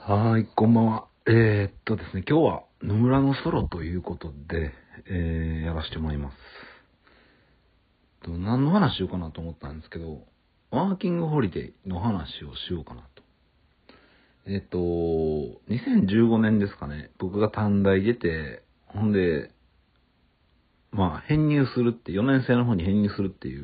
はい、こんばんは。ですね、今日は野村のソロということで、やらせてもらいます。何の話しようかなと思ったんですけど、ワーキングホリデーの話をしようかなと。2015年ですかね、僕が短大出て、ほんで、編入するって、4年生の方に編入するっていう、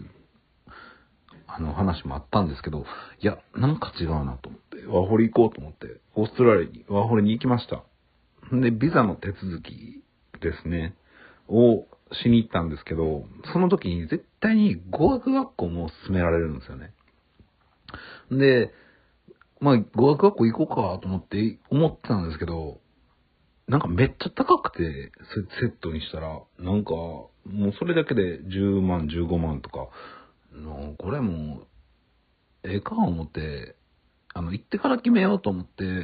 話もあったんですけど、いや、なんか違うなと思って、ワーホリ行こうと思って、オーストラリアにワーホリに行きました。で、ビザの手続きですね、をしに行ったんですけど、その時に絶対に語学学校も勧められるんですよね。で、語学学校行こうかと思ってたんですけど、なんかめっちゃ高くて、セットにしたら、なんか、もうそれだけで10万、15万とか、これもう、ええか思って、行ってから決めようと思って、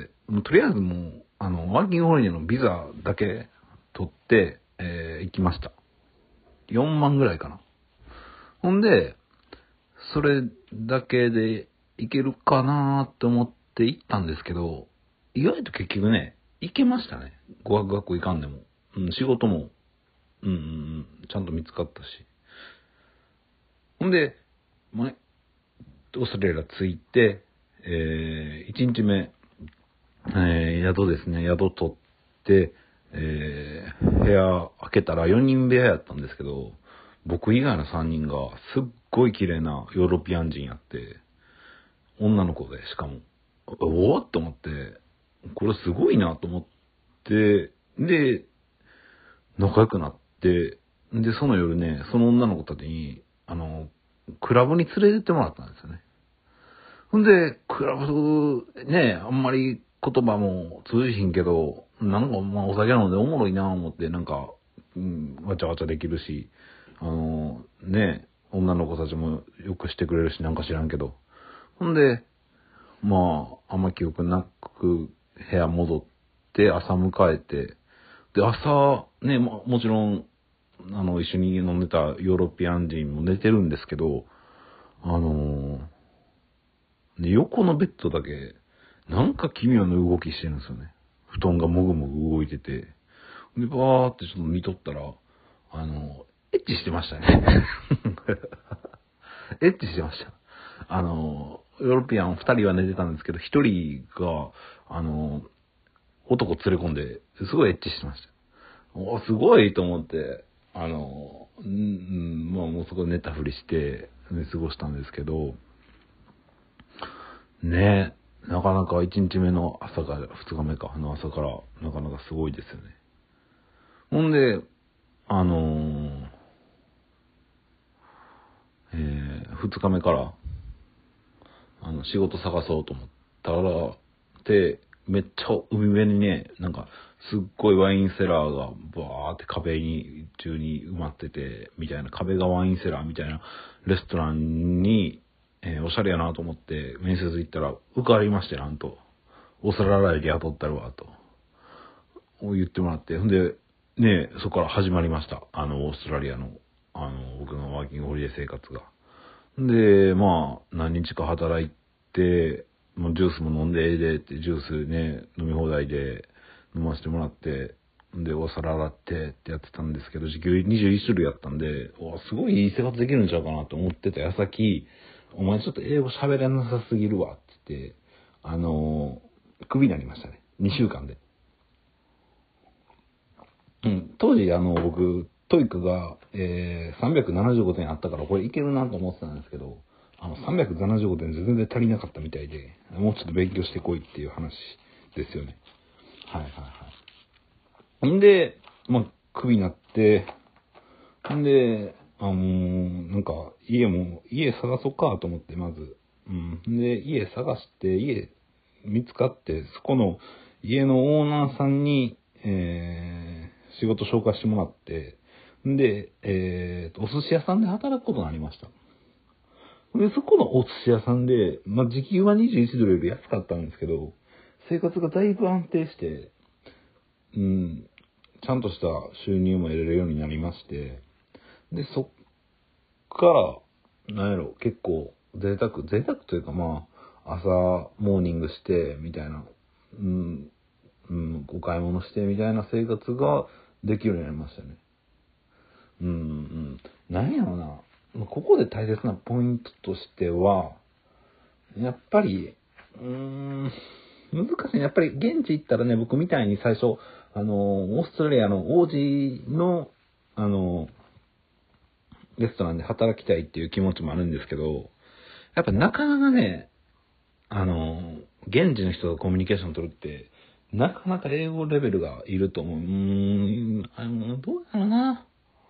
もうとりあえずもう、ワーキングホリデーのビザだけ取って、行きました。4万ぐらいかな。ほんで、それだけで行けるかなって思って行ったんですけど、意外と結局ね、行けましたね。語学学校行かんでも。仕事も、ちゃんと見つかったし。ほんで、オーストラリア着いて、1日目、宿ですね、宿取って、部屋開けたら4人部屋やったんですけど、僕以外の3人がすっごい綺麗なヨーロピアン人やって、女の子でしかも、おおっと思って、これすごいなと思って、で、仲良くなって、で、その夜ね、その女の子たちに、クラブに連れてってもらったんですよね。ほんで、クラブね、あんまり言葉も通じひんけど、なんかお酒飲んでおもろいなぁ思って、なんか、わちゃわちゃできるし、女の子たちもよくしてくれるし、なんか知らんけど。ほんで、あんま記憶なく部屋戻って、朝迎えて、で、朝、ね、もちろん、一緒に飲んでたヨーロピアン人も寝てるんですけど、で、横のベッドだけ、なんか奇妙な動きしてるんですよね。布団がもぐもぐ動いてて。で、バーってちょっと見とったら、エッチしてましたね。エッチしてました。ヨーロピアン二人は寝てたんですけど、一人が、男連れ込んで、すごいエッチしてました。すごいと思って、もうそこ寝たふりして、過ごしたんですけど、ねえ、なかなか1日目の朝から、2日目か、の朝から、なかなかすごいですよね。ほんで、2日目から、仕事探そうと思ったら、めっちゃ海辺にね、なんか、すっごいワインセラーがバーって壁に、中に埋まってて、みたいな、壁がワインセラーみたいなレストランに、おしゃれやなと思って面接行ったら、受かりまして、なんと。オーストラリアで雇ったるわ、と。言ってもらって。ほんで、ね、そこから始まりました。オーストラリアの、僕のワーキングホリデー生活が。で、何日か働いて、もうジュースも飲んでええでって、ジュースね、飲み放題で飲ませてもらって、で、お皿洗ってってやってたんですけど、時給21種類やったんで、すごいいい生活できるんちゃうかなと思ってた矢先、お前ちょっと英語喋れなさすぎるわって言って、クビになりましたね。2週間で。当時僕、トイックが、375点あったから、これいけるなと思ってたんですけど、375点全然足りなかったみたいで、もうちょっと勉強してこいっていう話ですよね。はいはいはい。んで、クビになって、んで、なんか、家探そうかと思って、まず。で、家探して、家見つかって、そこの家のオーナーさんに、仕事紹介してもらって、で、お寿司屋さんで働くことになりました。で、そこのお寿司屋さんで、時給は21ドルより安かったんですけど、生活がだいぶ安定して、ちゃんとした収入も得れるようになりまして、で、そっから、結構、贅沢というか朝、モーニングして、みたいな。 お買い物してみたいな生活ができるようになりましたね。何やろな。ここで大切なポイントとしては、やっぱり、難しい。やっぱり現地行ったらね、僕みたいに最初、オーストラリアの王子の、レストランで働きたいっていう気持ちもあるんですけど、やっぱなかなかね、現地の人とコミュニケーション取るって、なかなか英語レベルがいると思う。どうだろうな。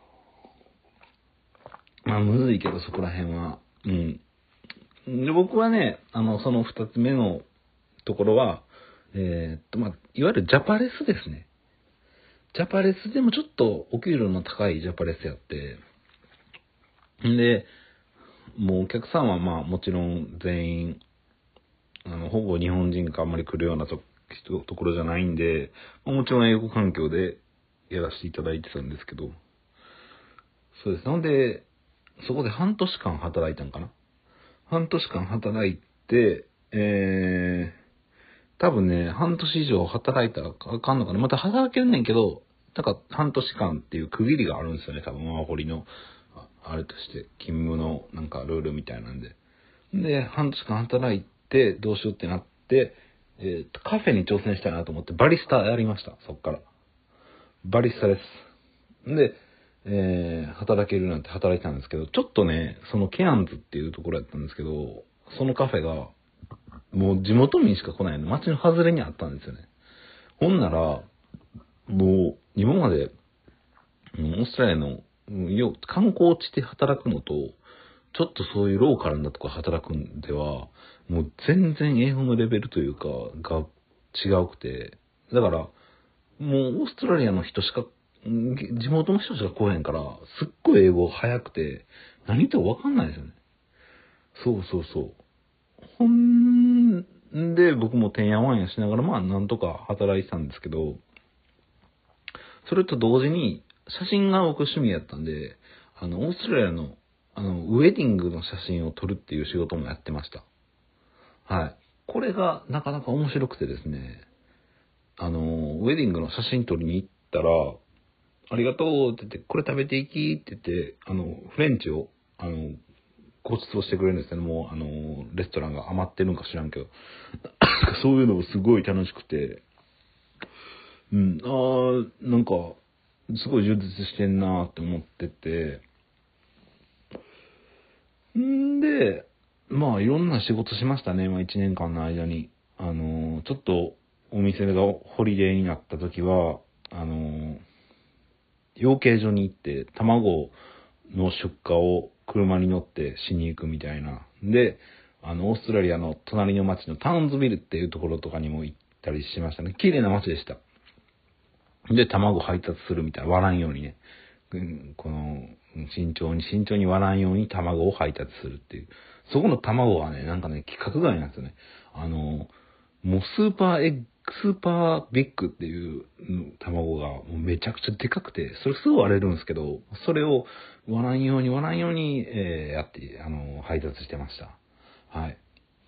むずいけど、そこら辺は。で、僕はね、その二つ目のところは、いわゆるジャパレスですね。ジャパレスでもちょっとお給料の高いジャパレスやって、で、もうお客さんはもちろん全員、ほぼ日本人があんまり来るようなところじゃないんで、もちろん英語環境でやらせていただいてたんですけど、そうです。なので、そこで半年間働いたんかな。半年間働いて、多分ね、半年以上働いたらあかんのかな。また働けるねんけど、半年間っていう区切りがあるんですよね。多分、ワーホリの、あれとして、勤務のルールみたいなんで。で、半年間働いて、どうしようってなって、カフェに挑戦したいなと思って、バリスタやりました。そっから。バリスタです。で、働けるなんて働いてたんですけど、ちょっとね、そのケアンズっていうところやったんですけど、そのカフェが、もう地元民しか来ないの、街の外れにあったんですよね。ほんなら、もう、今まで、オーストラリアの、観光地で働くのと、ちょっとそういうローカルなとこ働くんでは、もう全然英語のレベルというか、が違うくて、だから、もうオーストラリアの人しか、地元の人しか来へんから、すっごい英語早くて、何言ってもわかんないですよね。そう。ほんで、僕もてんやわんやしながら、なんとか働いてたんですけど、それと同時に、写真が僕趣味やったんで、オーストラリアの、ウェディングの写真を撮るっていう仕事もやってました。はい。これがなかなか面白くてですね、ウェディングの写真撮りに行ったら、ありがとうって言って、これ食べていきって言って、フレンチを、ご馳走してくれるんですけども、レストランが余ってるんか知らんけど、そういうのもすごい楽しくて、すごい充実してんなーって思ってて、で、いろんな仕事しましたね、1年間の間に。ちょっとお店がホリデーになった時は、養鶏場に行って卵の出荷を車に乗ってしに行くみたいな。で、オーストラリアの隣の町のタウンズビルっていうところとかにも行ったりしましたね。綺麗な街でした。で、卵配達するみたいな。割らんようにね。この、慎重に割らんように卵を配達するっていう。そこの卵はね、規格外なんですよね。もうスーパービッグっていう卵がもうめちゃくちゃでかくて、それすぐ割れるんですけど、それを割らんように、やって、配達してました。はい。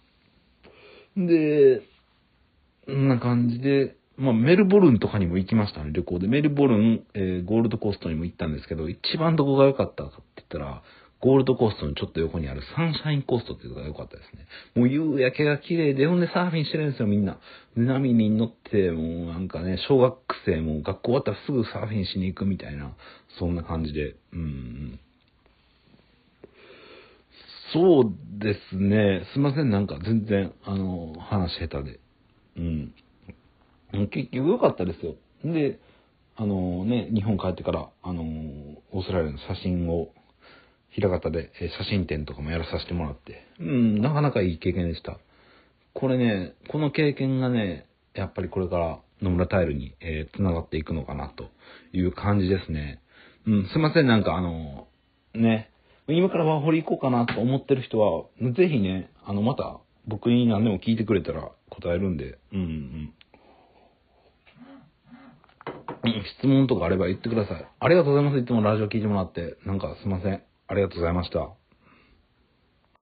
で、こんな感じで、メルボルンとかにも行きましたね、旅行で。メルボルン、ゴールドコーストにも行ったんですけど、一番どこが良かったかって言ったら、ゴールドコーストのちょっと横にあるサンシャインコーストっていうのが良かったですね。もう夕焼けが綺麗で、ほんでサーフィンしてるんですよ、みんな。波に乗って、もう小学生も学校終わったらすぐサーフィンしに行くみたいな、そんな感じで。そうですね。すいません、全然、話下手で。結局良かったですよ。で、日本帰ってから、オーストラリアの写真を、平方で写真展とかもやらさせてもらって、なかなかいい経験でした。これね、この経験がね、やっぱりこれから野村タイルに、繋がっていくのかなという感じですね。すいません、今からワーホリ行こうかなと思ってる人は、ぜひね、また僕に何でも聞いてくれたら答えるんで、質問とかあれば言ってください。ありがとうございます。いつもラジオ聞いてもらって。すいません。ありがとうございました。